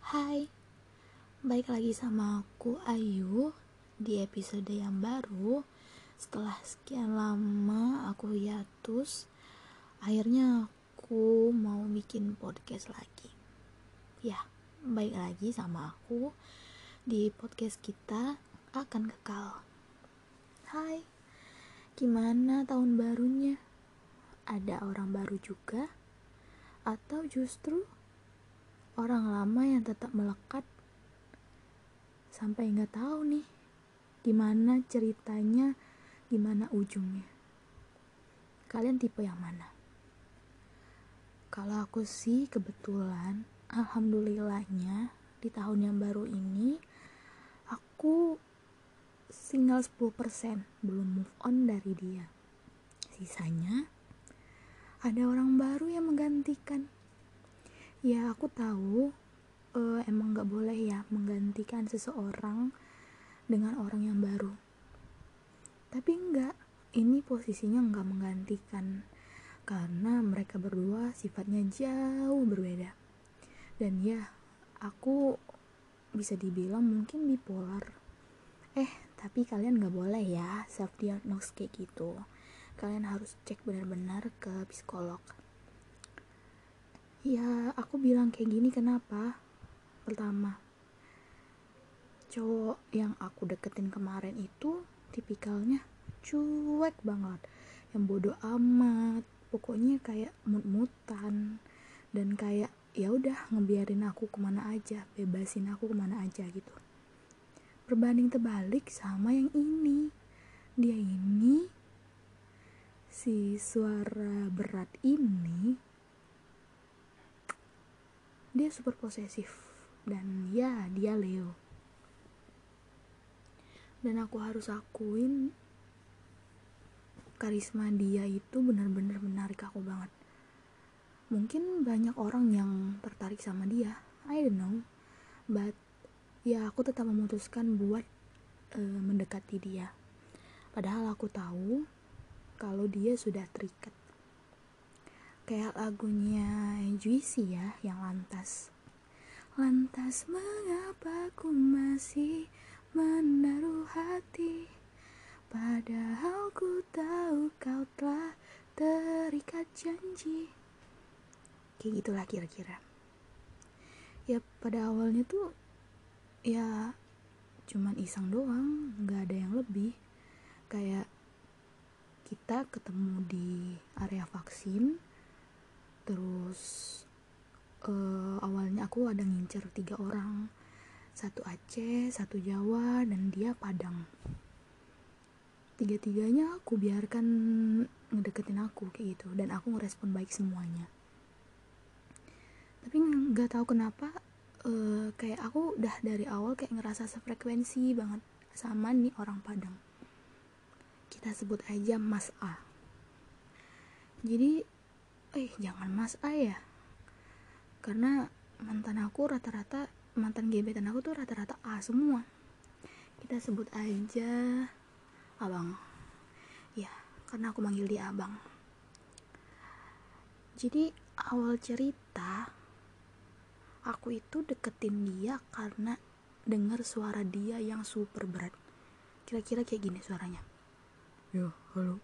Hai, balik lagi sama aku Ayu di episode yang baru. Setelah sekian lama aku hiatus, akhirnya aku mau bikin podcast lagi. Ya, balik lagi sama aku di podcast kita akan kekal. Hai, gimana tahun barunya? Ada orang baru juga? Atau justru orang lama yang tetap melekat sampai nggak tahu nih gimana ceritanya, gimana ujungnya? Kalian tipe yang mana? Kalau aku sih kebetulan, alhamdulillahnya di tahun yang baru ini aku tinggal 10% belum move on dari dia. Sisanya ada orang baru yang menggantikan. Ya aku tahu emang gak boleh ya menggantikan seseorang dengan orang yang baru. Tapi enggak, ini posisinya enggak menggantikan, karena mereka berdua sifatnya jauh berbeda. Dan ya, aku bisa dibilang mungkin bipolar. Tapi kalian gak boleh ya self-diagnose kayak gitu. Kalian harus cek benar-benar ke psikolog. Ya, aku bilang kayak gini kenapa? Pertama, cowok yang aku deketin kemarin itu tipikalnya cuek banget, yang bodoh amat, pokoknya kayak mut-mutan, dan kayak ya udah ngebiarin aku kemana aja, bebasin aku kemana aja gitu. Berbanding terbalik sama yang ini, dia ini si suara berat ini, dia super posesif, dan ya dia Leo. Dan aku harus akuin karisma dia itu benar-benar menarik aku banget. Mungkin banyak orang yang tertarik sama dia, I don't know, but ya aku tetap memutuskan buat mendekati dia. Padahal aku tahu kalau dia sudah terikat. Kayak lagunya Juicy ya, yang Lantas. Lantas mengapa ku masih menaruh hati, padahal ku tahu kau telah terikat janji. Kayak gitulah kira-kira. Ya pada awalnya tuh ya cuman iseng doang, gak ada yang lebih. Kayak kita ketemu di area vaksin. Terus awalnya aku ada ngincer 3 orang, 1 Aceh, 1 Jawa, dan dia Padang. 3-tiganya aku biarkan ngedeketin aku kayak gitu, dan aku ngerespon baik semuanya. Tapi nggak tahu kenapa kayak aku udah dari awal kayak ngerasa sefrekuensi banget sama nih orang Padang. Kita sebut aja Mas A. Jadi jangan Mas A ya, karena mantan gebetan aku tuh rata-rata A semua. Kita sebut aja Abang. Ya, karena aku manggil dia Abang. Jadi awal cerita, aku itu deketin dia karena dengar suara dia yang super berat. Kira-kira kayak gini suaranya. Ya, halo.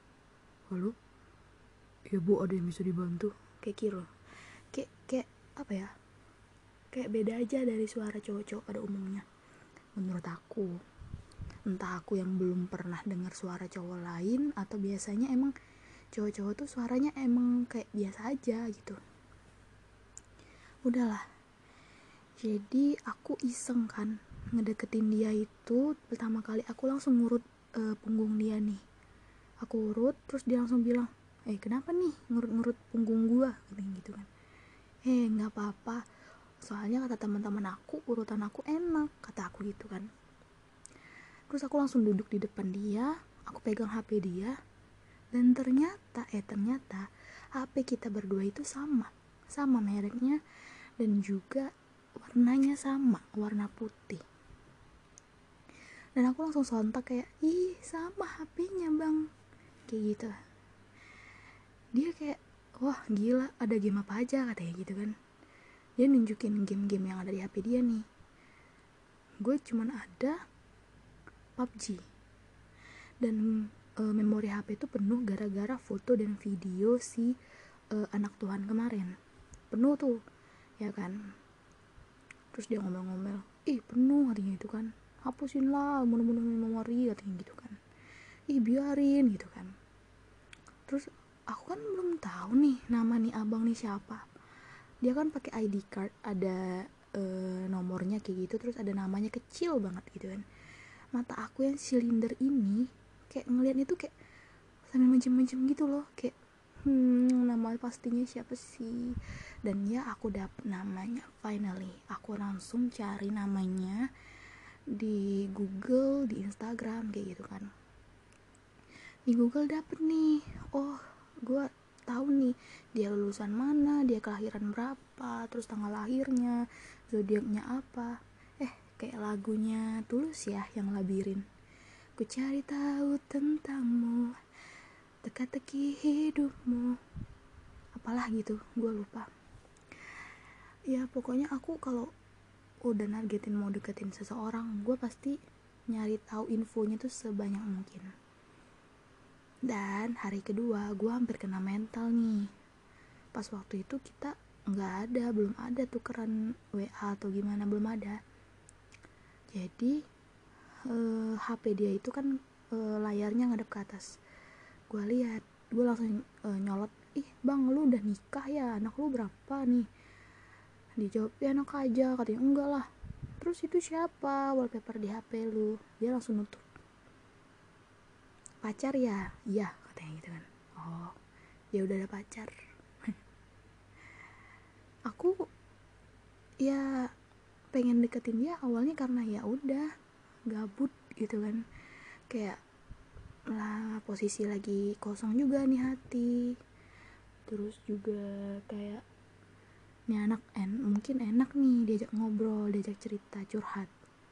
Ya bu, ada yang bisa dibantu? Kayak kira. Kayak apa ya? Kayak beda aja dari suara cowok-cowok pada umumnya. Menurut aku. Entah aku yang belum pernah dengar suara cowok lain, atau biasanya emang cowok-cowok tuh suaranya emang kayak biasa aja gitu. Udahlah. Jadi aku iseng kan ngedeketin dia itu. Pertama kali aku langsung ngurut punggung dia nih. Aku urut, terus dia langsung bilang, kenapa nih ngurut-ngurut punggung gua? Gitu kan. Gak apa-apa, soalnya kata teman-teman aku urutan aku enak, kata aku gitu kan. Terus aku langsung duduk di depan dia, aku pegang HP dia, dan ternyata HP kita berdua itu sama mereknya, dan juga warnanya sama, warna putih. Dan aku langsung sontak kayak, sama HP-nya bang, kayak gitu. Dia kayak, wah gila, ada game apa aja katanya gitu kan. dia nunjukin game-game yang ada di HP dia nih. Gue cuman ada PUBG. Dan memori HP itu penuh gara-gara foto dan video si anak Tuhan kemarin. Penuh tuh, ya kan. Terus dia ngomel-ngomel, penuh katanya itu kan, hapusin lah memori katanya gitu kan. Biarin gitu kan. Terus aku kan belum tahu nih nama nih abang nih siapa. Dia kan pakai ID card, ada nomornya kayak gitu, terus ada namanya kecil banget gitu kan. Mata aku yang silinder ini kayak ngeliat itu kayak sambil mencem-mencem gitu loh, kayak nama pastinya siapa sih. Dan ya aku dapet namanya, finally aku langsung cari namanya di Google, di Instagram kayak gitu kan. Di Google dapet nih, oh gue tahu nih dia lulusan mana, dia kelahiran berapa, terus tanggal lahirnya, zodiaknya apa. Kayak lagunya Tulus ya, yang Labirin. Ku cari tahu tentangmu, teka-teki hidupmu, apalah gitu, gue lupa. Ya pokoknya aku kalau udah nargetin mau deketin seseorang, gue pasti nyari tahu infonya tuh sebanyak mungkin. Dan hari kedua gue hampir kena mental nih. Pas waktu itu kita belum ada tukeran WA atau gimana, belum ada. Jadi HP dia itu kan layarnya ngadep ke atas. Gue lihat, gue langsung nyolot, bang lu udah nikah ya, anak lu berapa nih? Dijawab, ya anak aja, katanya. Enggak lah. Terus itu siapa wallpaper di HP lu? Dia langsung nutup, pacar ya? Iya katanya gitu kan. Oh ya udah ada pacar. Aku ya pengen deketin dia awalnya karena ya udah gabut gitu kan, kayak lah posisi lagi kosong juga nih hati. Terus juga kayak nih anak mungkin enak nih diajak ngobrol, diajak cerita, curhat.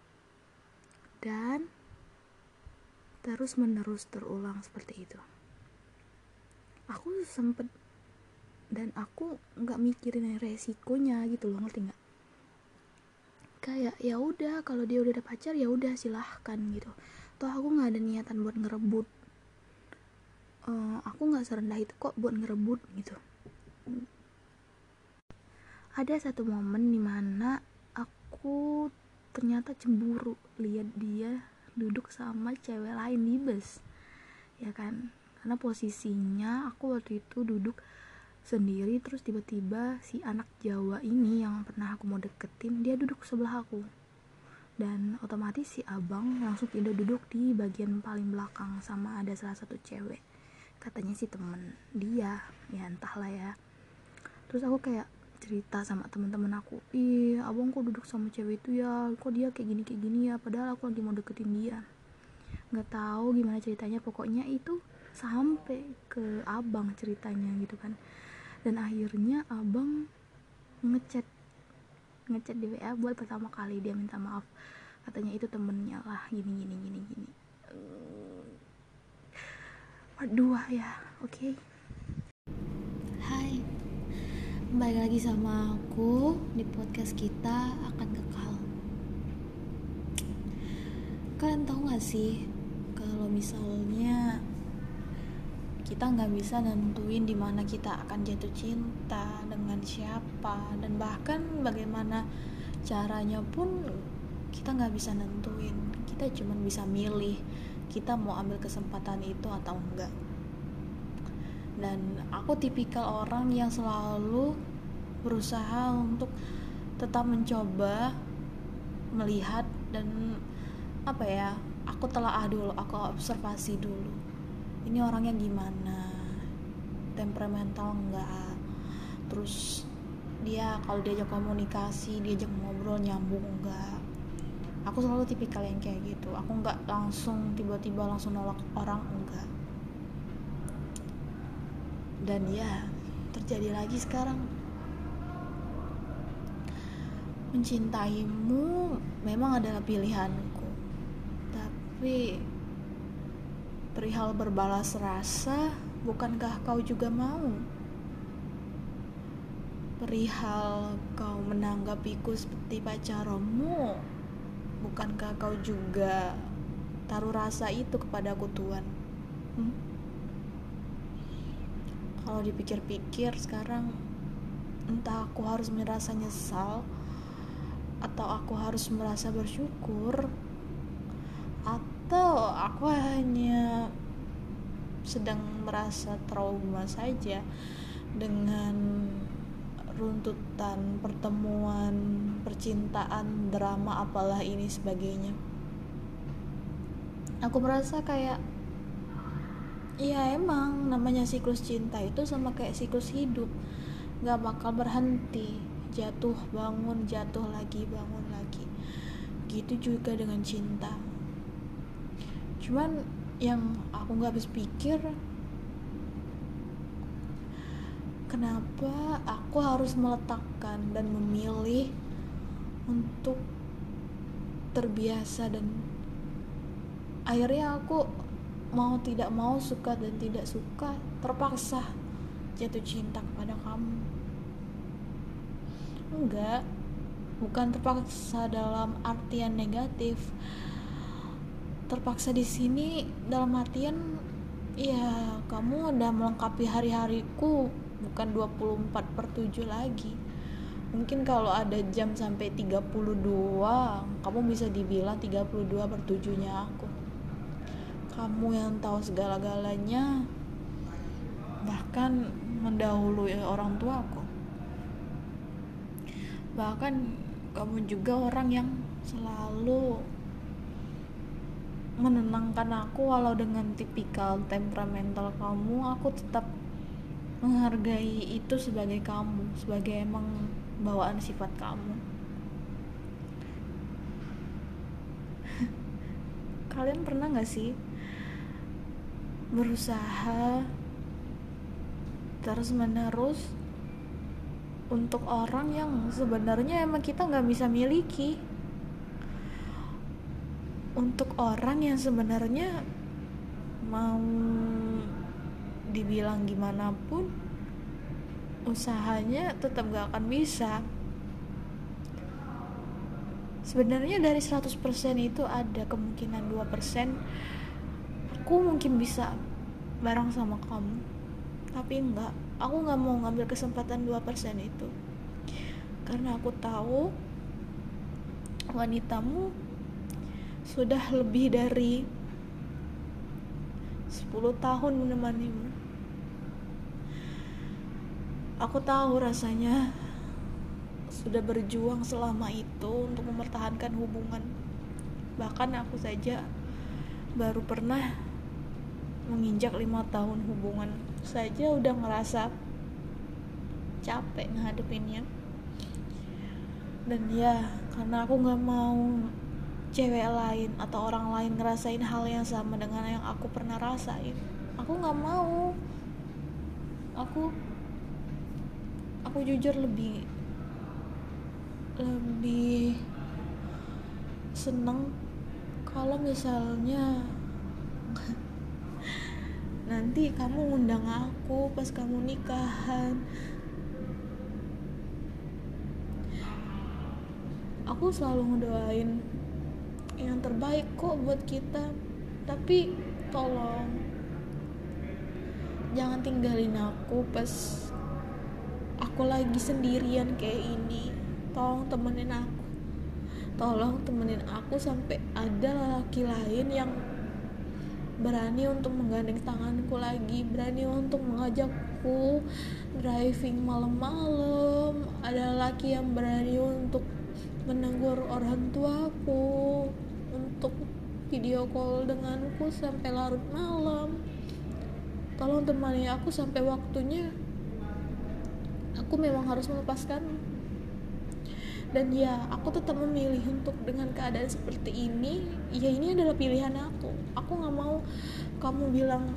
Dan terus menerus terulang seperti itu. Aku sempet, dan aku nggak mikirin resikonya gitu loh, ngerti nggak? Kayak ya udah, kalau dia udah ada pacar ya udah silahkan gitu. Toh aku nggak ada niatan buat ngerebut. Aku nggak serendah itu kok buat ngerebut gitu. Ada satu momen dimana aku ternyata cemburu lihat dia duduk sama cewek lain di bus, ya kan? Karena posisinya aku waktu itu duduk sendiri, terus tiba-tiba si anak Jawa ini yang pernah aku mau deketin, dia duduk sebelah aku. Dan otomatis si abang langsung pindah duduk di bagian paling belakang sama ada salah satu cewek, katanya sih temen dia, ya entahlah ya. Terus aku kayak cerita sama teman-teman aku, abang kok duduk sama cewek itu ya, kok dia kayak gini ya, padahal aku lagi mau deketin dia. Nggak tahu gimana ceritanya, pokoknya itu sampai ke abang ceritanya gitu kan. Dan akhirnya abang ngechat di WA buat pertama kali, dia minta maaf, katanya itu temennya lah, gini. Part 2 ya, oke. Hai, kembali lagi sama aku di podcast kita akan kekal. Kalian tahu gak sih kalau misalnya kita nggak bisa nentuin di mana kita akan jatuh cinta, dengan siapa, dan bahkan bagaimana caranya pun kita nggak bisa nentuin. Kita cuma bisa milih kita mau ambil kesempatan itu atau enggak. Dan aku tipikal orang yang selalu berusaha untuk tetap mencoba melihat dan aku telaah dulu, aku observasi dulu, ini orangnya gimana, temperamental enggak, terus dia kalau diajak komunikasi, diajak ngobrol nyambung enggak. Aku selalu tipikal yang kayak gitu. Aku enggak langsung tiba-tiba langsung nolak orang, enggak. Dan ya terjadi lagi sekarang. Mencintaimu memang adalah pilihanku, tapi perihal berbalas rasa, bukankah kau juga mau? perihal kau menanggapiku seperti pacarmu, bukankah kau juga taruh rasa itu kepadaku, Tuan? Kalau dipikir-pikir sekarang, entah aku harus merasa nyesal atau aku harus merasa bersyukur, atau aku hanya sedang merasa trauma saja dengan runtutan pertemuan, percintaan, drama apalah ini sebagainya. Aku merasa kayak ya emang namanya siklus cinta itu sama kayak siklus hidup, gak bakal berhenti, jatuh bangun, jatuh lagi, bangun lagi. Gitu juga dengan cinta. Cuman yang aku gak habis pikir, kenapa aku harus meletakkan dan memilih untuk terbiasa, dan akhirnya aku mau tidak mau, suka dan tidak suka, terpaksa jatuh cinta kepada kamu. Enggak, bukan terpaksa dalam artian negatif. Terpaksa di sini dalam artian ya kamu udah melengkapi hari-hariku, bukan 24/7 lagi. Mungkin kalau ada jam sampai 32, kamu bisa dibilang 32/7 nya aku. Kamu yang tahu segala-galanya, bahkan mendahului orang tuaku. Bahkan kamu juga orang yang selalu menenangkan aku, walau dengan tipikal temperamental kamu, aku tetap menghargai itu sebagai kamu, sebagai emang bawaan sifat kamu. Kalian pernah gak sih berusaha terus menerus untuk orang yang sebenarnya emang kita gak bisa miliki, untuk orang yang sebenarnya mau dibilang gimana pun usahanya tetap gak akan bisa. Sebenarnya dari 100% itu ada kemungkinan 2% aku mungkin bisa bareng sama kamu, tapi enggak, aku gak mau ngambil kesempatan 2% itu, karena aku tahu wanitamu sudah lebih dari 10 tahun menemanimu. Aku tahu rasanya sudah berjuang selama itu untuk mempertahankan hubungan. Bahkan aku saja baru pernah menginjak 5 tahun hubungan saja udah ngerasa capek ngadepinnya. Dan ya, karena aku gak mau cewek lain atau orang lain ngerasain hal yang sama dengan yang aku pernah rasain, aku gak mau. Aku jujur lebih seneng kalau misalnya nanti kamu undang aku pas kamu nikahan. Aku selalu ngedoain yang terbaik kok buat kita, tapi tolong jangan tinggalin aku pas aku lagi sendirian kayak ini. Tolong temenin aku sampai ada laki lain yang berani untuk menggandeng tanganku lagi, berani untuk mengajakku driving malam-malam, ada laki yang berani untuk menegur orang tuaku, untuk video call denganku sampai larut malam. Tolong temani aku sampai waktunya aku memang harus melepaskan. Dan ya, aku tetap memilih untuk dengan keadaan seperti ini. Ya, ini adalah pilihan aku. Aku gak mau kamu bilang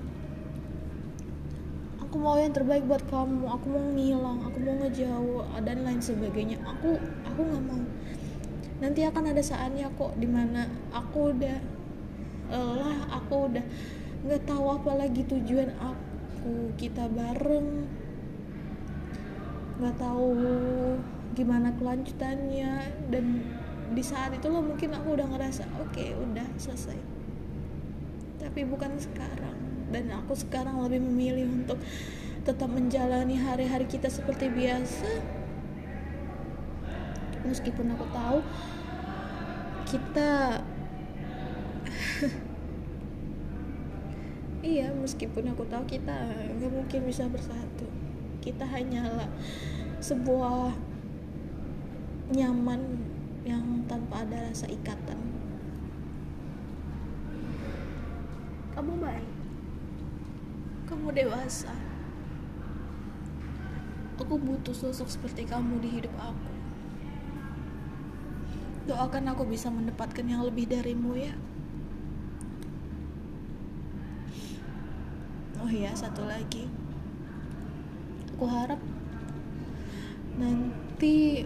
aku mau yang terbaik buat kamu, aku mau ngilang, aku mau ngejauh dan lain sebagainya. Aku gak mau. Nanti akan ada saatnya kok dimana aku udah lelah, aku udah gak tahu apa lagi tujuan aku, kita bareng nggak tahu gimana kelanjutannya. Dan di saat itulah mungkin aku udah ngerasa oke, udah selesai. Tapi bukan sekarang, dan aku sekarang lebih memilih untuk tetap menjalani hari-hari kita seperti biasa, meskipun aku tahu kita meskipun aku tahu kita nggak mungkin bisa bersatu. Kita hanyalah sebuah nyaman yang tanpa ada rasa ikatan. Kamu baik, kamu dewasa. Aku butuh sosok seperti kamu di hidup aku. Doakan aku bisa mendapatkan yang lebih darimu ya. Oh iya, satu lagi. Aku harap nanti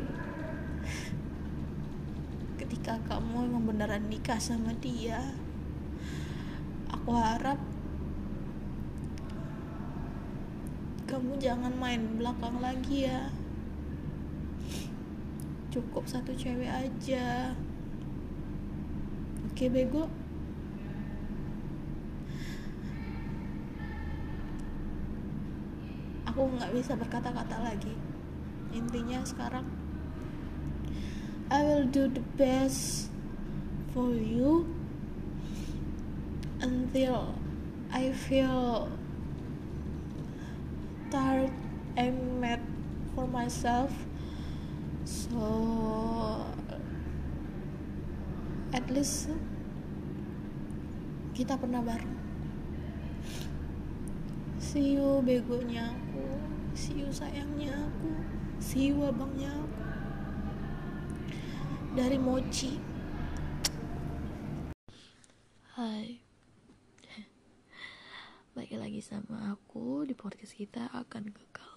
ketika kamu emang beneran nikah sama dia, aku harap kamu jangan main belakang lagi ya. Cukup satu cewek aja. Oke, bego. Aku nggak bisa berkata-kata lagi. Intinya sekarang I will do the best for you until I feel tired and mad for myself. So at least kita pernah bareng. See you begonya aku, see you sayangnya aku, see you abangnya aku. Dari Mochi. Hai, balik lagi sama aku di podcast kita akan gagal.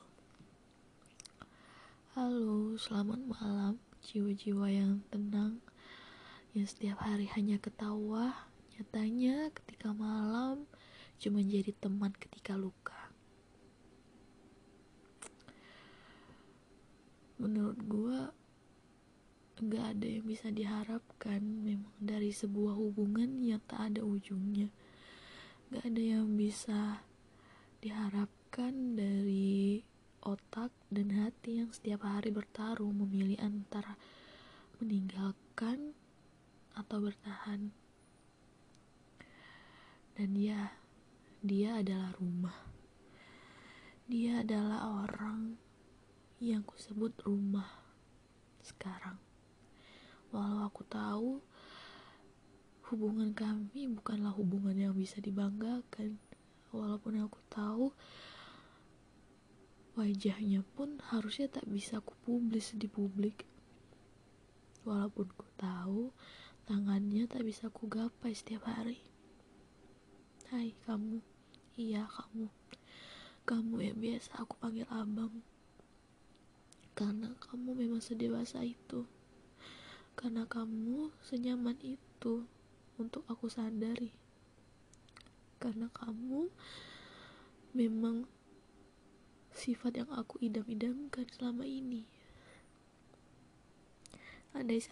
Halo, selamat malam jiwa-jiwa yang tenang, yang setiap hari hanya ketawa, nyatanya ketika malam cuma jadi teman ketika luka. Menurut gue gak ada yang bisa diharapkan memang dari sebuah hubungan yang tak ada ujungnya. Gak ada yang bisa diharapkan dari otak dan hati yang setiap hari bertarung memilih antara meninggalkan atau bertahan. Dan dia adalah rumah. Dia adalah orang yang kusebut rumah sekarang. Walau aku tahu hubungan kami bukanlah hubungan yang bisa dibanggakan. Walaupun aku tahu wajahnya pun harusnya tak bisa kupublis di publik. Walaupun ku tahu tangannya tak bisa kugapai setiap hari. Hai kamu, iya kamu yang biasa aku panggil abang. Karena kamu memang sedewasa itu. Karena kamu senyaman itu untuk aku sadari. Karena kamu memang sifat yang aku idam-idamkan selama ini. Andai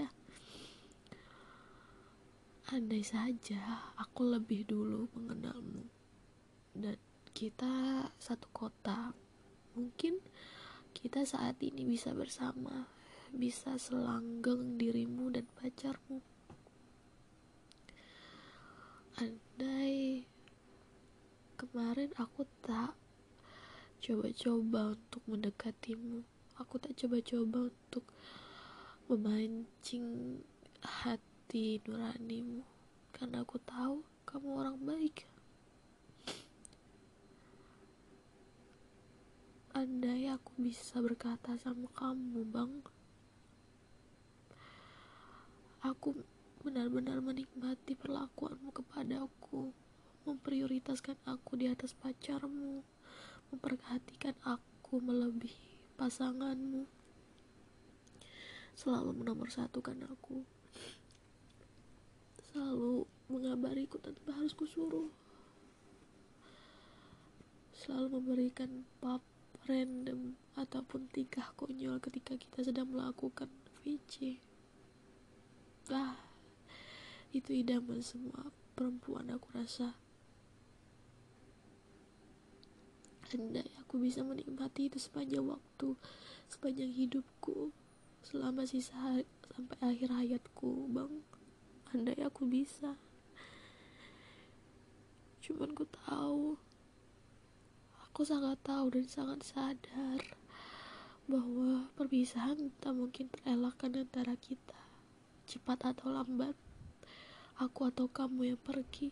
saja aku lebih dulu mengenalmu dan kita satu kota, mungkin kita saat ini bisa bersama, bisa selanggeng dirimu dan pacarmu. Andai kemarin aku tak coba-coba untuk mendekatimu, aku tak coba-coba untuk memancing hati nuranimu, karena aku tahu kamu orang baik. Andai aku bisa berkata sama kamu, bang, aku benar-benar menikmati perlakuanmu kepadaku, memprioritaskan aku di atas pacarmu, memperhatikan aku melebihi pasanganmu, selalu menomorsatukan aku, selalu mengabariku tanpa harus kusuruh, selalu memberikan papan random ataupun tingkah konyol ketika kita sedang melakukan VC. Itu idaman semua perempuan, aku rasa. Andai aku bisa menikmati itu sepanjang waktu, sepanjang hidupku, selama sisa sampai akhir hayatku, Bang. Andai aku bisa. Cuman aku sangat tahu dan sangat sadar bahwa perpisahan tak mungkin terelakkan antara kita, cepat atau lambat, aku atau kamu yang pergi.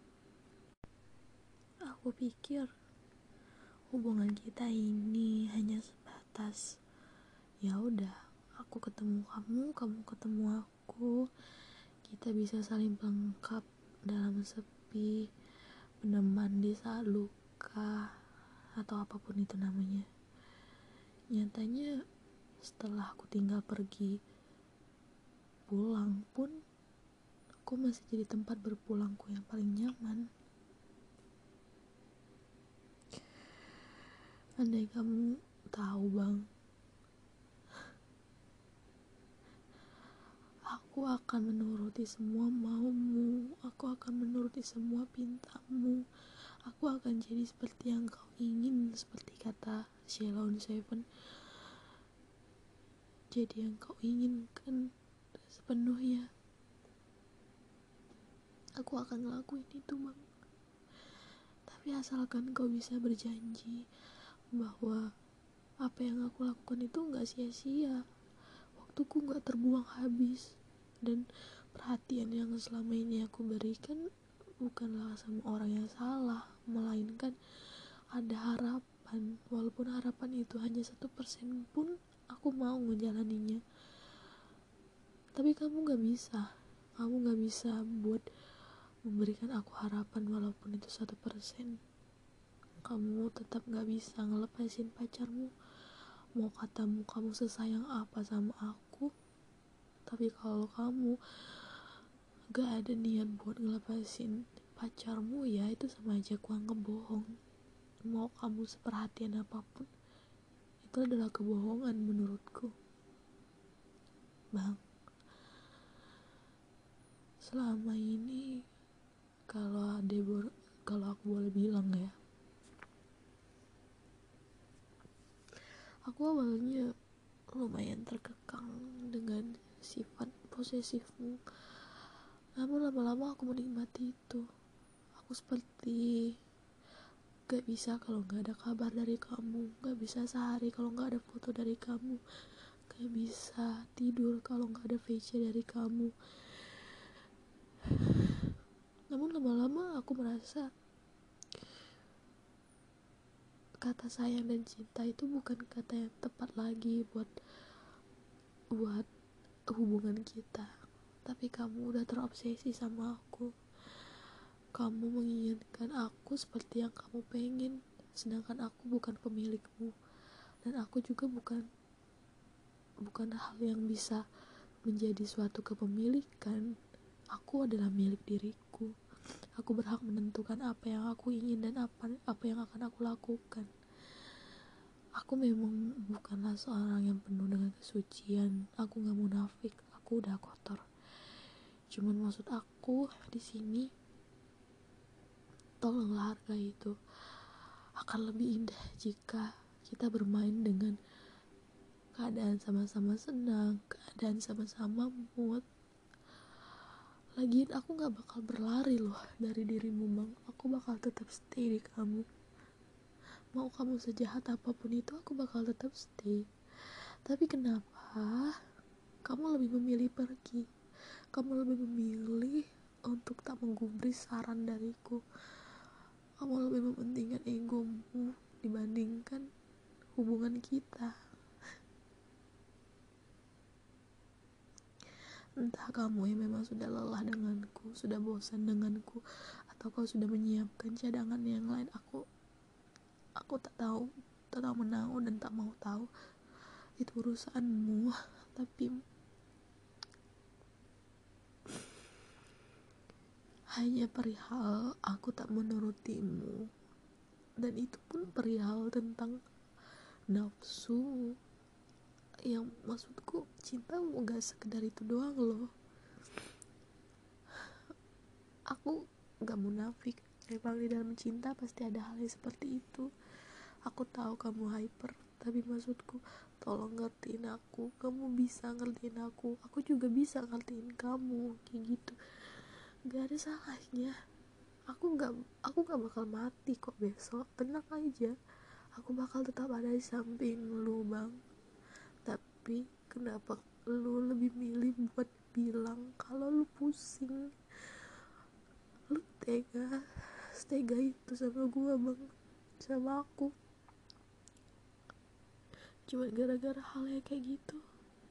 Aku pikir hubungan kita ini hanya sebatas, ya udah, aku ketemu kamu, kamu ketemu aku, kita bisa saling pelengkap dalam sepi, menemani di saat luka, atau apapun itu namanya. Nyatanya setelah aku tinggal pergi, pulang pun aku masih jadi tempat berpulangku yang paling nyaman. Andai kamu tahu, Bang, aku akan menuruti semua maumu, aku akan menuruti semua pintamu, aku akan jadi seperti yang kau ingin, seperti kata Sheila on Seven, jadi yang kau inginkan sepenuhnya. Aku akan ngelakuin itu, Bang. Tapi asalkan kau bisa berjanji bahwa apa yang aku lakukan itu gak sia-sia, waktuku gak terbuang habis, dan perhatian yang selama ini aku berikan bukanlah sama orang yang salah, melainkan ada harapan. Walaupun harapan itu hanya 1% pun, aku mau menjalaninya. Tapi kamu gak bisa buat memberikan aku harapan walaupun itu 1%. Kamu tetap gak bisa ngelepasin pacarmu. Mau katamu kamu sesayang apa sama aku, tapi kalau kamu gak ada niat buat ngelepasin pacarmu, ya itu sama aja aku anggap bohong. Mau kamu seperhatian apapun, itu adalah kebohongan menurutku. Bang, selama ini kalau aku boleh bilang ya, aku awalnya lumayan terkekang dengan sifat posesifmu. Namun lama-lama aku menikmati itu. Aku seperti gak bisa kalau gak ada kabar dari kamu, gak bisa sehari kalau gak ada foto dari kamu, gak bisa tidur kalau gak ada VC dari kamu. Namun lama-lama aku merasa kata sayang dan cinta itu bukan kata yang tepat lagi buat hubungan kita. Tapi kamu udah terobsesi sama aku. Kamu menginginkan aku seperti yang kamu pengen, sedangkan aku bukan pemilikmu, dan aku juga bukan hal yang bisa menjadi suatu kepemilikan. Aku adalah milik diriku. Aku berhak menentukan apa yang aku ingin dan apa yang akan aku lakukan. Aku memang bukanlah seorang yang penuh dengan kesucian. Aku gak munafik. Aku udah kotor. Cuman maksud aku di sini, tolonglah hargai itu. Akan lebih indah jika kita bermain dengan keadaan sama-sama senang, keadaan sama-sama mood. Lagian aku gak bakal berlari loh dari dirimu, Bang. Aku bakal tetap stay di kamu. Mau kamu sejahat apapun itu, aku bakal tetap stay. Tapi kenapa kamu lebih memilih pergi? Kamu lebih memilih untuk tak menggubris saran dariku. Kamu lebih mementingkan egomu dibandingkan hubungan kita. Entah kamu yang memang sudah lelah denganku, sudah bosan denganku, atau kau sudah menyiapkan cadangan yang lain. Aku tak tahu menahu dan tak mau tahu. Itu urusanmu. Tapi hanya perihal aku tak menurutimu, dan itu pun perihal tentang nafsu. Yang maksudku, cinta gak sekedar itu doang loh. Aku gak munafik, memang di dalam cinta pasti ada hal yang seperti itu. Aku tahu kamu hyper, tapi maksudku, tolong ngertiin aku. Kamu bisa ngertiin aku juga bisa ngertiin kamu, kayak gitu. Gak ada salahnya. Aku gak bakal mati kok besok, tenang aja. Aku bakal tetap ada di samping lu, Bang. Tapi kenapa lu lebih milih buat bilang kalau lu pusing? Lu setega itu sama gua, Bang, sama aku, cuma gara-gara hal yang kayak gitu.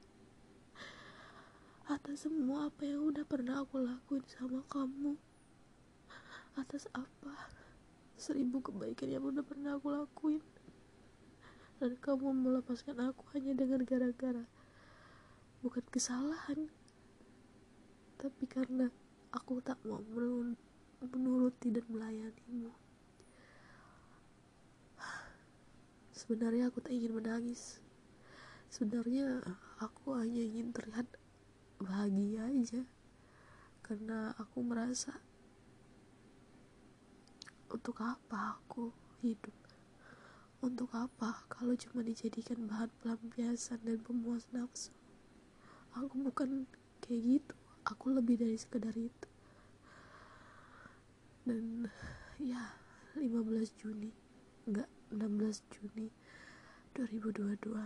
Atas semua apa yang udah pernah aku lakuin sama kamu, atas apa 1000 kebaikan yang udah pernah aku lakuin, dan kamu melepaskan aku hanya dengan gara-gara bukan kesalahan, tapi karena aku tak mau menuruti dan melayanimu. Sebenarnya aku tak ingin menangis. Sebenarnya aku hanya ingin terlihat bahagia aja, karena aku merasa, untuk apa aku hidup? Untuk apa kalau cuma dijadikan bahan pelampiasan dan pemuas nafsu? Aku bukan kayak gitu. Aku lebih dari sekedar itu. Dan ya, 15 Juni, enggak, 16 Juni 2022,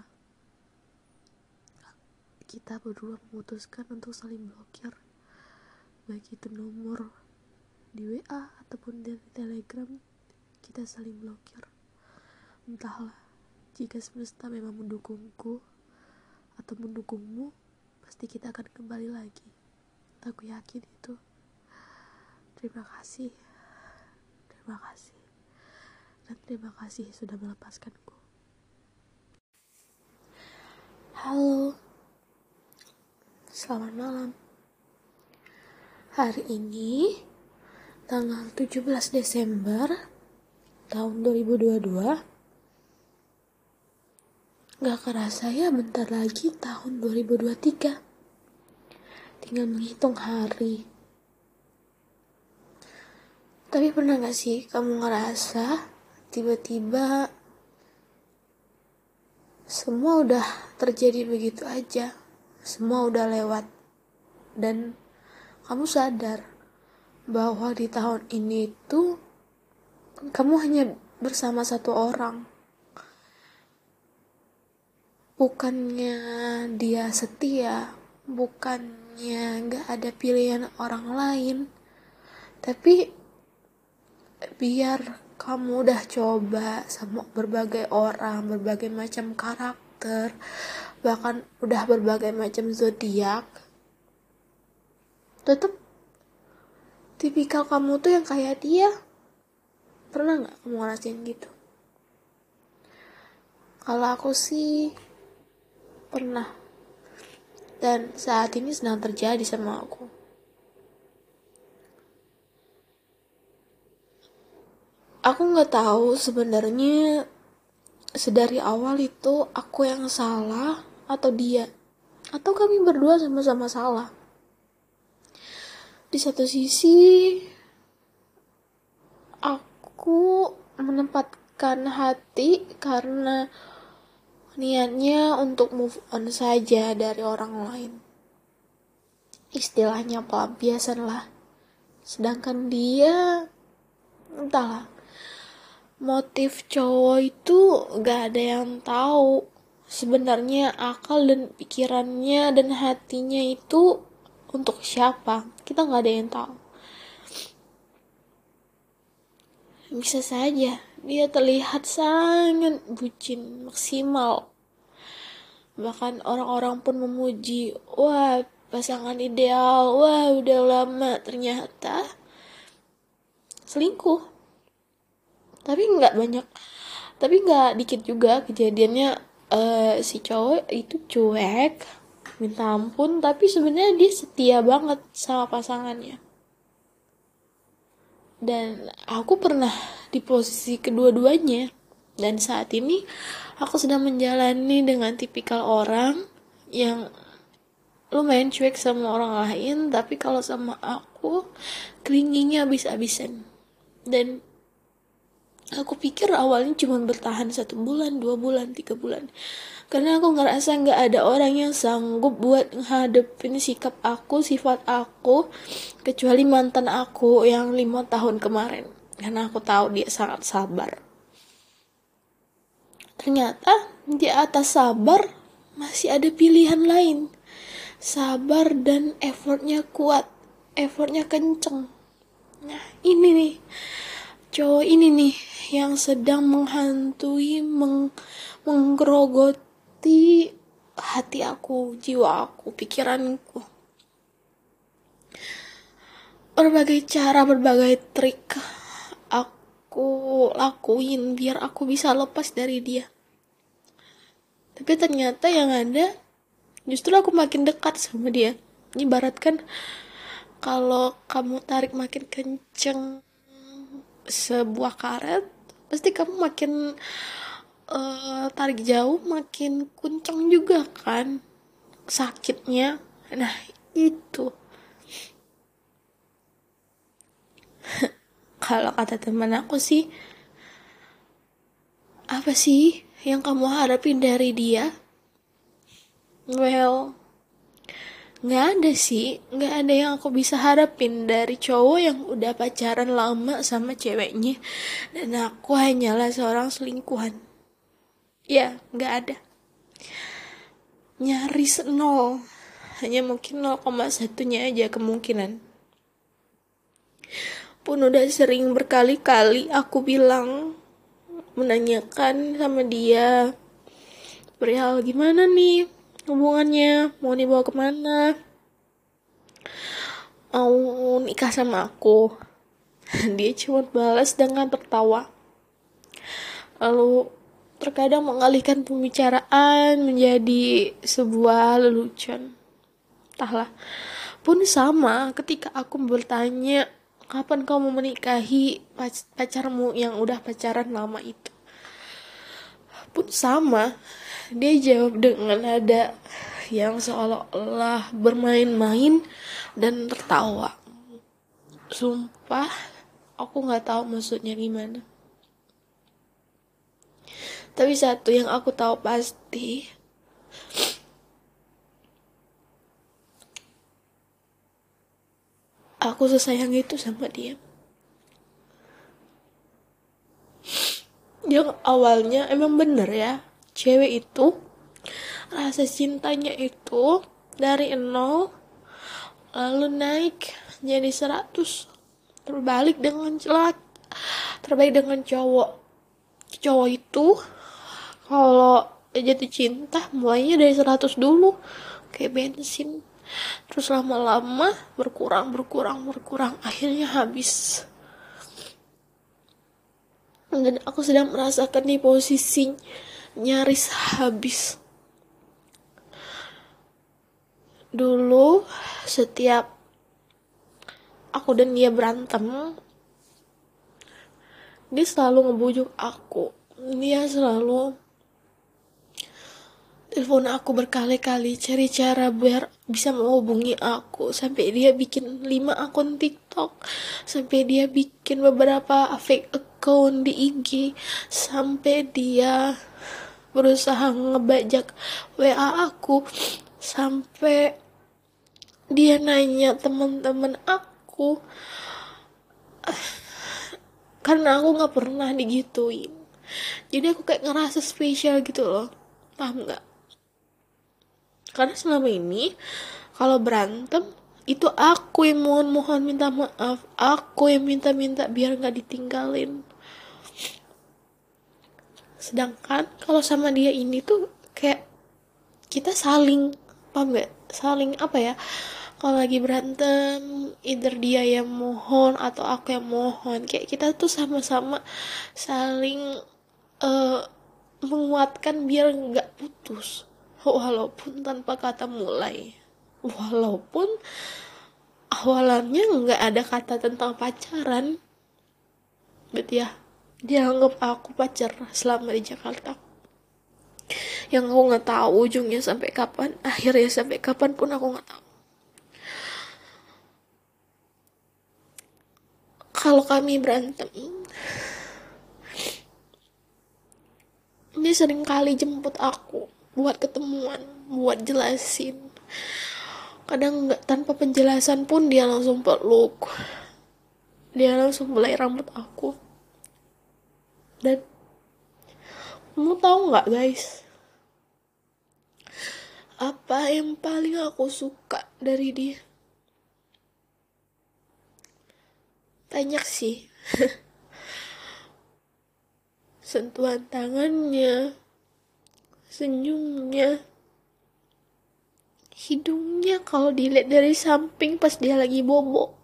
kita berdua memutuskan untuk saling blokir, baik itu nomor di WA ataupun di Telegram. Kita saling blokir. Entahlah, jika semesta memang mendukungku atau mendukungmu, pasti kita akan kembali lagi. Aku yakin itu. Terima kasih, dan terima kasih sudah melepaskanku. Halo, selamat malam. Hari ini tanggal 17 Desember tahun 2022. Gak kerasa ya, bentar lagi tahun 2023. Tinggal menghitung hari. Tapi pernah gak sih kamu ngerasa tiba-tiba semua udah terjadi begitu aja, semua udah lewat, dan kamu sadar bahwa di tahun ini tuh kamu hanya bersama satu orang. Bukannya dia setia, bukannya gak ada pilihan orang lain, tapi biar kamu udah coba sama berbagai orang, berbagai macam karakter, bahkan udah berbagai macam zodiak, tetap tipikal kamu tuh yang kayak dia. Pernah gak kamu ngerasain gitu? Kalau aku sih pernah, dan saat ini sedang terjadi sama aku. Aku gak tahu sebenarnya sedari awal itu aku yang salah atau dia, atau kami berdua sama-sama salah. Di satu sisi aku menempatkan hati karena niatnya untuk move on saja dari orang lain, istilahnya pelampiasan lah. Sedangkan dia, entahlah, motif cowok itu gak ada yang tahu sebenarnya akal dan pikirannya dan hatinya itu untuk siapa. Kita gak ada yang tahu. Bisa saja dia terlihat sangat bucin maksimal, bahkan orang-orang pun memuji, wah pasangan ideal, wah udah lama. Ternyata selingkuh. Tapi nggak dikit juga kejadiannya. Si cowok itu cuek, minta ampun, tapi sebenarnya dia setia banget sama pasangannya. Dan aku pernah di posisi kedua-duanya. Dan saat ini aku sedang menjalani dengan tipikal orang yang lumayan cuek sama orang lain, tapi kalau sama aku clinginnya habis-habisan. Dan aku pikir awalnya cuma bertahan 1 bulan, 2 bulan, 3 bulan. Karena aku ngerasa gak ada orang yang sanggup buat ngadepin sikap aku, sifat aku, kecuali mantan aku yang 5 tahun kemarin. Karena aku tahu dia sangat sabar. Ternyata di atas sabar masih ada pilihan lain. Sabar dan effortnya kuat, effortnya kenceng. Nah ini nih, cowok ini nih yang sedang menghantui, menggerogoti hati aku, jiwa aku, pikiranku. Berbagai cara, berbagai trik aku lakuin biar aku bisa lepas dari dia. Tapi ternyata yang ada justru aku makin dekat sama dia. Ibaratkan kalau kamu tarik makin kenceng sebuah karet, pasti kamu makin tarik jauh, makin kuncang juga kan sakitnya. Nah itu kalau kata teman aku sih, apa sih yang kamu harapin dari dia? Well, nggak ada sih, nggak ada yang aku bisa harapin dari cowok yang udah pacaran lama sama ceweknya, dan aku hanyalah seorang selingkuhan. Ya, nggak ada. Nyaris nol. Hanya mungkin 0,1-nya aja kemungkinan. Pun udah sering berkali-kali aku bilang, menanyakan sama dia perihal gimana nih hubungannya, mau dibawa kemana, mau nikah sama aku. Dia cuma balas dengan tertawa, lalu terkadang mengalihkan pembicaraan menjadi sebuah lelucon. Entahlah. Pun sama ketika aku bertanya, kapan kamu menikahi pacarmu yang udah pacaran lama itu? Pun sama, dia jawab dengan nada yang seolah-olah bermain-main dan tertawa. Sumpah, aku gak tahu maksudnya gimana. Tapi satu yang aku tahu pasti, aku sesayang itu sama dia. Yang awalnya emang bener ya, cewek itu rasa cintanya itu dari 0 lalu naik jadi 100, terbalik dengan cowok itu kalau jatuh cinta mulainya dari 100 dulu, kayak bensin, terus lama-lama berkurang, akhirnya habis. Dan aku sedang merasakan di posisi nyaris habis. Dulu setiap aku dan dia berantem, dia selalu ngebujuk aku. Dia selalu telepon aku berkali-kali, cari cara biar bisa menghubungi aku. Sampai dia bikin 5 akun TikTok, sampai dia bikin beberapa fake account di IG, sampai dia berusaha ngebajak WA aku, sampai dia nanya teman-teman aku, karena aku nggak pernah digituin. Jadi aku kayak ngerasa spesial gitu loh, paham nggak? Karena selama ini kalau berantem itu aku yang mohon minta maaf, aku yang minta biar nggak ditinggalin. Sedangkan kalau sama dia ini tuh kayak kita saling, paham nggak? Saling apa ya? Kalau lagi berantem, either dia yang mohon atau aku yang mohon. Kayak kita tuh sama-sama saling menguatkan biar nggak putus. Walaupun tanpa kata mulai, walaupun awalannya nggak ada kata tentang pacaran, bet ya, Dia anggap aku pacar selama di Jakarta, yang aku nggak tahu ujungnya sampai kapan, akhirnya sampai kapan pun aku nggak tahu. Kalau kami berantem, dia sering kali jemput aku buat ketemuan, buat jelasin. Kadang nggak, tanpa penjelasan pun dia langsung peluk, dia langsung belai rambut aku. Dan kamu tahu nggak guys, apa yang paling aku suka dari dia? Banyak sih. Sentuhan tangannya, senyumnya, hidungnya kalau dilihat dari samping pas dia lagi bobo.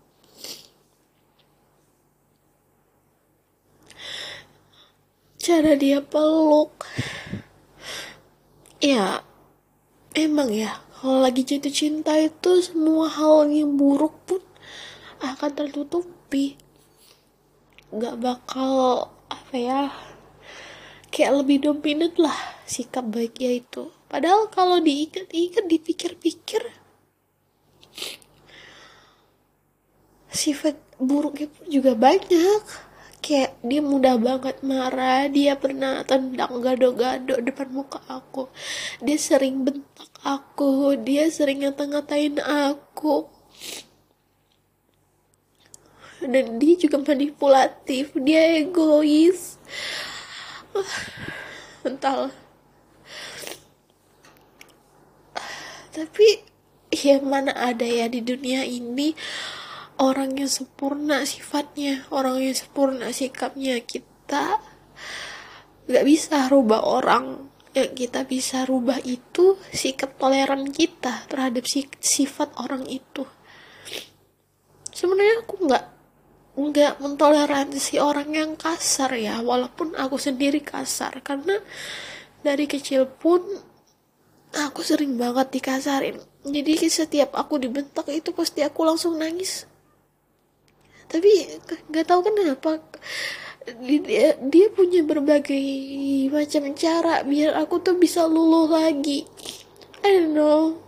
Cara dia peluk. Ya, emang ya, kalau lagi jatuh cinta itu semua hal yang buruk pun akan tertutupi. Gak bakal, apa ya, kayak lebih dominan lah sikap baiknya itu. Padahal kalau diingat-ingat, dipikir-pikir, sifat buruknya pun juga banyak. Kayak dia mudah banget marah, dia pernah tendang gado-gado depan muka aku, dia sering bentak aku, dia sering ngata-ngatain aku, dan dia juga manipulatif, dia egois. Entahlah. Tapi ya mana ada ya di dunia ini orang yang sempurna sifatnya, orang yang sempurna sikapnya. Kita gak bisa rubah orang. Yang kita bisa rubah itu sikap toleran kita terhadap sifat orang itu. Sebenarnya aku nggak mentoleransi orang yang kasar ya, walaupun aku sendiri kasar, karena dari kecil pun aku sering banget dikasarin. Jadi setiap aku dibentak itu pasti aku langsung nangis. Tapi nggak tahu kenapa dia punya berbagai macam cara biar aku tuh bisa luluh lagi. I don't know.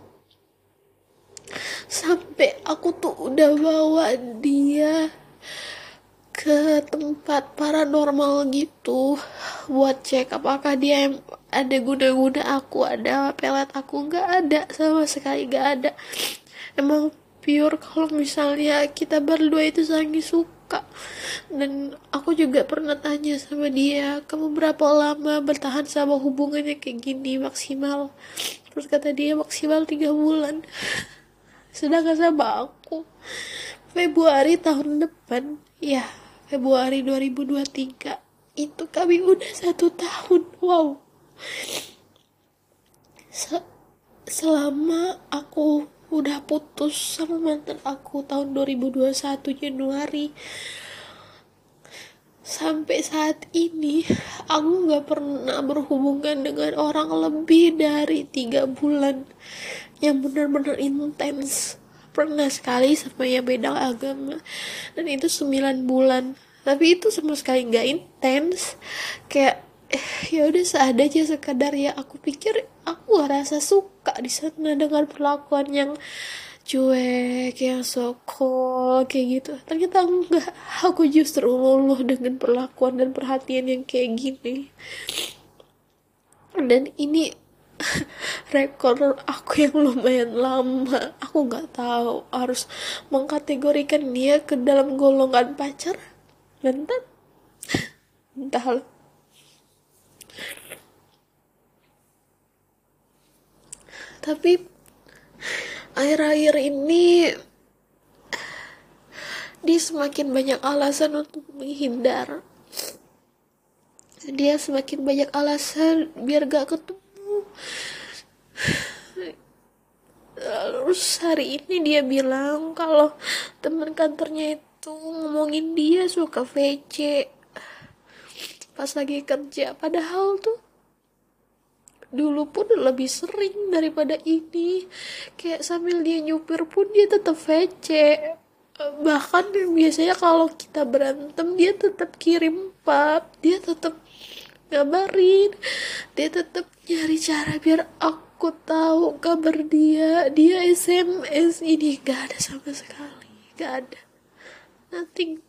Sampai aku tuh udah bawa dia ke tempat paranormal gitu buat cek apakah dia ada guna-guna aku, ada pelet aku. Nggak ada, sama sekali nggak ada. Emang pure kalau misalnya kita berdua itu saling suka. Dan aku juga pernah tanya sama dia, kamu berapa lama bertahan sama hubungannya kayak gini maksimal? Terus kata dia maksimal 3 bulan. Sedangkan sama aku Februari tahun depan, ya Februari 2023, itu kami udah 1 tahun. Wow. Selama aku udah putus sama mantan aku tahun 2021 Januari sampai saat ini, aku gak pernah berhubungan dengan orang lebih dari 3 bulan yang benar-benar intens. Pernah sekali sama yang beda agama, dan itu 9 bulan, tapi itu sama sekali gak intens. Kayak ya udah seadanya sekadar, ya aku pikir aku rasa suka di sana dengan perlakuan yang cuek, yang so cold kayak gitu. Ternyata enggak, aku justru luluh dengan perlakuan dan perhatian yang kayak gini. Dan ini rekor aku yang lumayan lama. Aku nggak tahu harus mengkategorikan dia ke dalam golongan pacar, mantan, entahlah. Tapi akhir-akhir ini dia semakin banyak alasan untuk menghindar. Dia semakin banyak alasan biar gak ketemu. Terus hari ini dia bilang kalau teman kantornya itu ngomongin dia suka VC pas lagi kerja. Padahal tuh dulu pun lebih sering daripada ini. Kayak sambil dia nyupir pun dia tetap VC. Bahkan biasanya kalau kita berantem dia tetap kirim pap, dia tetap ngabarin, dia tetap nyari cara biar aku tahu kabar dia SMS. Ini gak ada sama sekali, gak ada, nothing.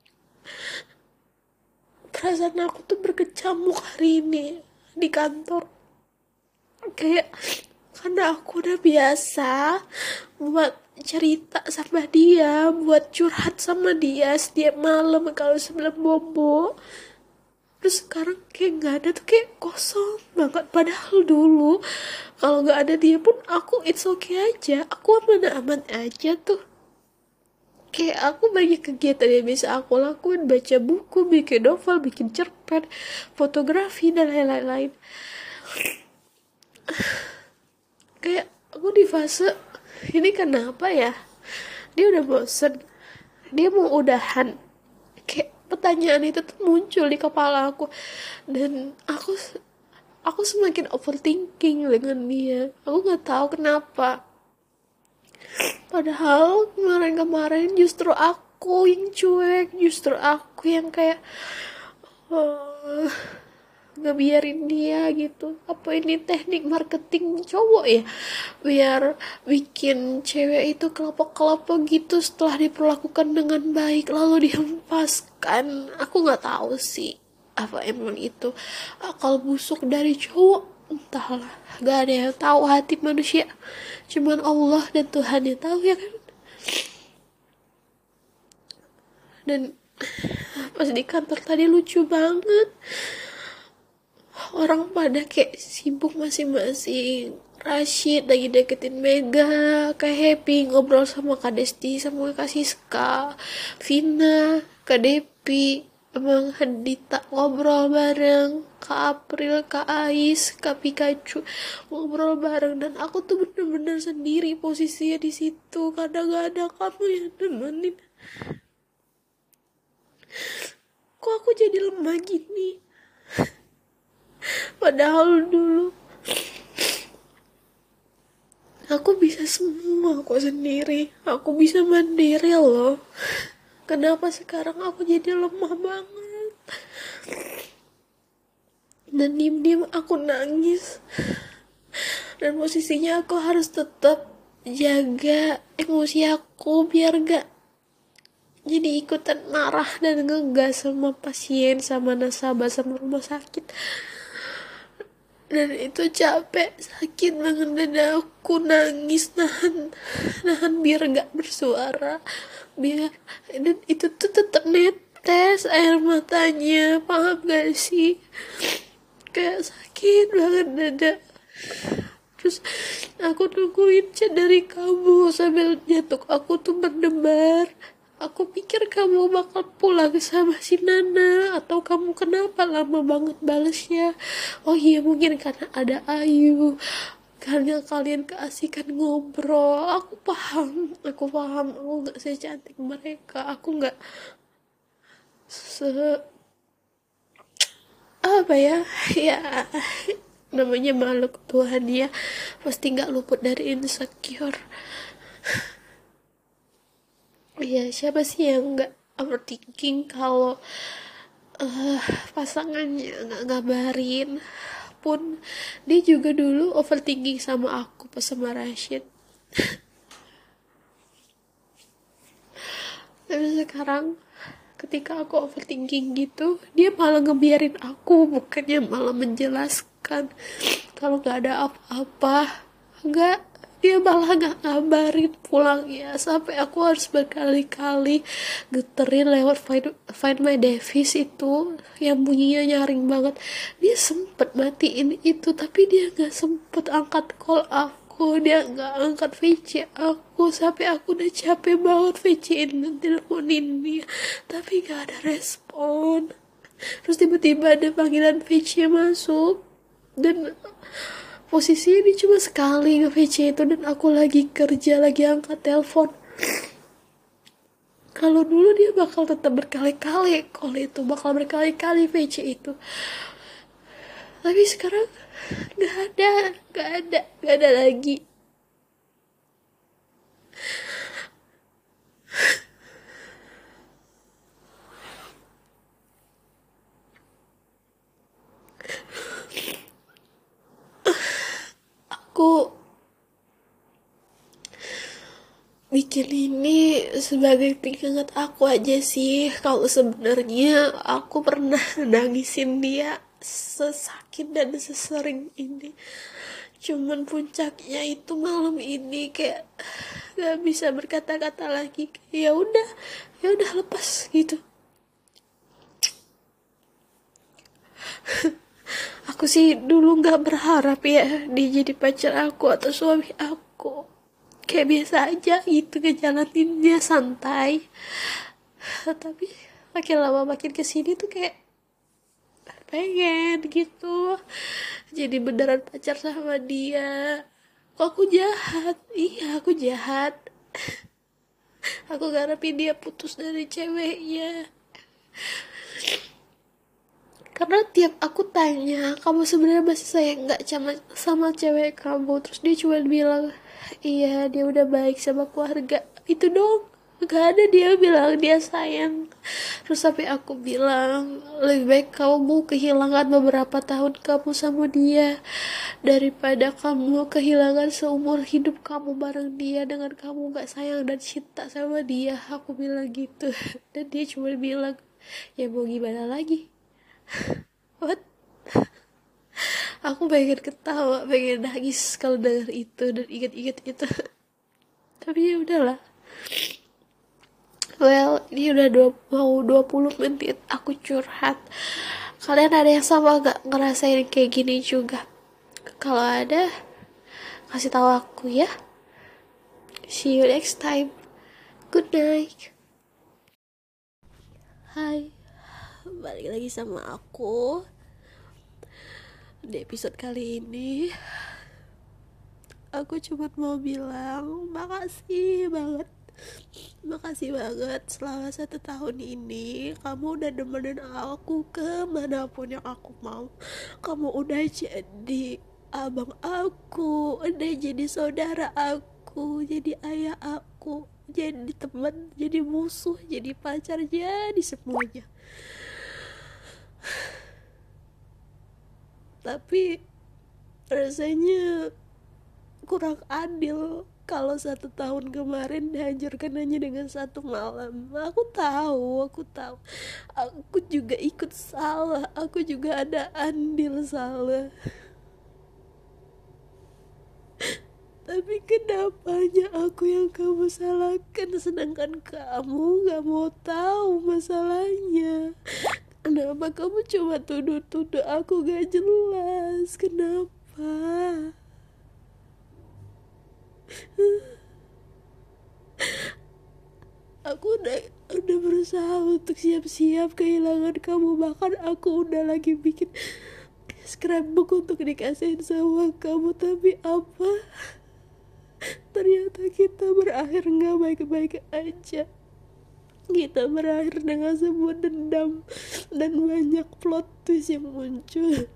Perasaan aku tuh berkecamuk hari ini di kantor, kayak karena aku udah biasa buat cerita sama dia, buat curhat sama dia setiap malam kalau sebelum bobo. Terus sekarang kayak nggak ada tuh, kayak kosong banget. Padahal dulu kalau nggak ada dia pun aku it's okay aja, aku aman-aman aja tuh. Kayak aku banyak kegiatan yang bisa aku lakuin, baca buku, bikin novel, bikin cerpen, fotografi, dan lain-lain. Kayak aku di fase ini kenapa ya, dia udah bosen, dia mau udahan. Kayak pertanyaan itu tuh muncul di kepala aku, dan aku semakin overthinking dengan dia. Aku nggak tahu kenapa, padahal kemarin-kemarin justru aku yang cuek, justru aku yang kayak eh, ngebiarin dia gitu. Apa ini teknik marketing cowok ya, biar bikin cewek itu kelapa-kelapa gitu setelah diperlakukan dengan baik lalu dihempaskan. Aku nggak tahu sih apa emang itu akal busuk dari cowok, entahlah. Gak ada yang tahu hati manusia, cuman Allah dan Tuhan yang tahu, ya kan. Dan pas di kantor tadi lucu banget, orang pada kayak sibuk masing-masing. Rashid lagi deketin Mega, Kak Happy ngobrol sama Kak Desti sama Kak Siska, Vina, Kak Depi, Emang Hadita ngobrol bareng, Kak April, Kak Ais, Kak Pikachu ngobrol bareng. Dan aku tuh bener-bener sendiri posisinya di situ karena gak ada kamu yang nemenin. Kok aku jadi lemah gini? Padahal dulu aku bisa semua kok sendiri, aku bisa mandiri loh. Kenapa sekarang aku jadi lemah banget? Dan diam-diam aku nangis. Dan posisinya aku harus tetap jaga emosi aku biar gak jadi ikutan marah dan ngegas sama pasien, sama nasabah, sama rumah sakit. Dan itu capek, sakit banget, dan aku nangis nahan biar gak bersuara, biar, dan itu tuh tetap netes air matanya, paham gak sih? Kayak sakit banget dada. Terus aku nungguin chat dari kamu sambil jantung aku tuh berdebar. Aku pikir kamu bakal pulang sama si Nana, atau kamu kenapa lama banget balesnya. Oh iya, mungkin karena ada Ayu, karena kalian keasikan ngobrol. Aku paham, aku gak secantik mereka, aku gak apa ya, ya namanya makhluk Tuhan ya, pasti gak luput dari insecure. Ya siapa sih yang nggak overthinking kalau pasangannya nggak ngabarin. Pun dia juga dulu overthinking sama aku pas sama Rashid. Tapi sekarang ketika aku overthinking gitu, dia malah ngebiarin aku, bukannya malah menjelaskan kalau nggak ada apa-apa. Nggak, dia malah gak ngabarin pulang ya, sampai aku harus berkali-kali geterin lewat find my device itu yang bunyinya nyaring banget. Dia sempet matiin itu, tapi dia gak sempet angkat call aku, dia gak angkat VC aku, sampai aku udah capek banget VC-in dan teleponin dia, tapi gak ada respon. Terus tiba-tiba ada panggilan VC masuk, dan posisi ini cuma sekali nge-VC itu, dan aku lagi kerja, lagi angkat telepon. Kalau dulu dia bakal tetap berkali-kali call itu, bakal berkali-kali VC itu. Tapi sekarang gak ada lagi. bikin ini sebagai pengingat aku aja sih, kalau sebenarnya aku pernah nangisin dia sesakit dan sesering ini. Cuman puncaknya itu malam ini kayak gak bisa berkata-kata lagi. Ya udah lepas gitu. Aku sih dulu gak berharap ya dia jadi pacar aku atau suami aku. Kayak biasa aja gitu ngejalaninnya santai. Tapi makin lama makin kesini tuh kayak pengen gitu jadi beneran pacar sama dia. Kok aku jahat? Iya aku jahat. Aku ngarepin dia putus dari ceweknya. Karena tiap aku tanya, kamu sebenarnya masih sayang nggak sama cewek kamu? Terus dia cuma bilang, iya dia udah baik sama keluarga. Itu dong. Gak ada dia bilang dia sayang. Terus sampai aku bilang, lebih baik kamu kehilangan beberapa tahun kamu sama dia daripada kamu kehilangan seumur hidup kamu bareng dia dengan kamu gak sayang dan cinta sama dia. Aku bilang gitu. Dan dia cuma bilang, ya mau gimana lagi? What? Aku pengen ketawa, pengen nangis kalau denger itu dan inget-inget itu. Tapi ya udahlah. Well, ini udah mau 20 menit aku curhat. Kalian ada yang sama gak ngerasain kayak gini juga? Kalau ada, kasih tahu aku ya. See you next time. Good night. Hai, balik lagi sama aku. Di episode kali ini aku cuma mau bilang makasih banget selama 1 tahun ini kamu udah nemenin aku kemanapun yang aku mau. Kamu udah jadi abang aku, udah jadi saudara aku, jadi ayah aku, jadi teman, jadi musuh, jadi pacar, jadi semuanya. Tapi rasanya kurang adil kalau 1 tahun kemarin dihancurkan hanya dengan 1 malam. Aku tahu aku juga ikut salah, aku juga ada andil salah. Tapi kenapanya aku yang kamu salahkan, sedangkan kamu gak mau tahu masalahnya? Kenapa kamu cuma tuduh-tuduh aku gak jelas? Kenapa? Aku udah berusaha untuk siap-siap kehilangan kamu. Bahkan aku udah lagi bikin scrapbook untuk dikasihin sama kamu. Tapi apa? Ternyata kita berakhir gak baik-baik aja. Kita berakhir dengan sebuah dendam dan banyak plot twist yang muncul.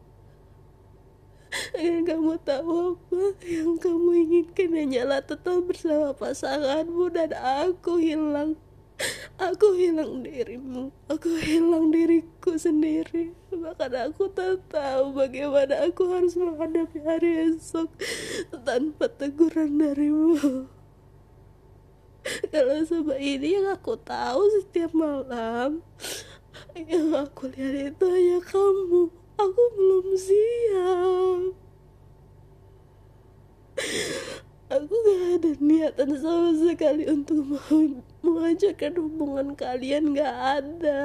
Dan kamu tahu apa yang kamu inginkan hanyalah tetap bersama pasanganmu, dan aku hilang dirimu, aku hilang diriku sendiri. Bahkan aku tak tahu bagaimana aku harus menghadapi hari esok tanpa teguran darimu. Kalau sama ini yang aku tahu, setiap malam yang aku lihat itu hanya kamu. Aku belum siap. Aku gak ada niatan sama sekali untuk menghancurkan hubungan kalian, gak ada.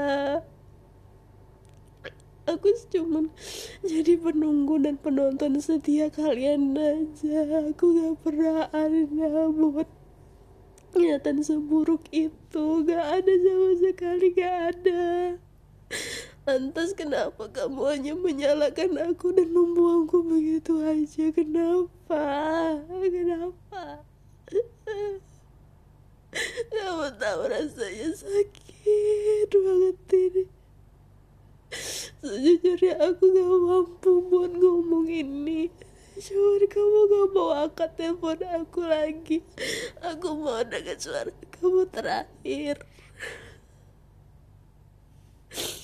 Aku cuma jadi penunggu dan penonton setia kalian aja. Aku gak pernah ada buat niatan seburuk itu, gak ada sama sekali, gak ada. Lantas kenapa kamu hanya menyalahkan aku dan membuangku begitu aja? Kenapa? Kamu tahu rasanya sakit banget ini. Sejujurnya aku gak mampu buat ngomong ini. Cuman kamu gak mau angkat telepon aku lagi. Aku mau dengar suara kamu terakhir.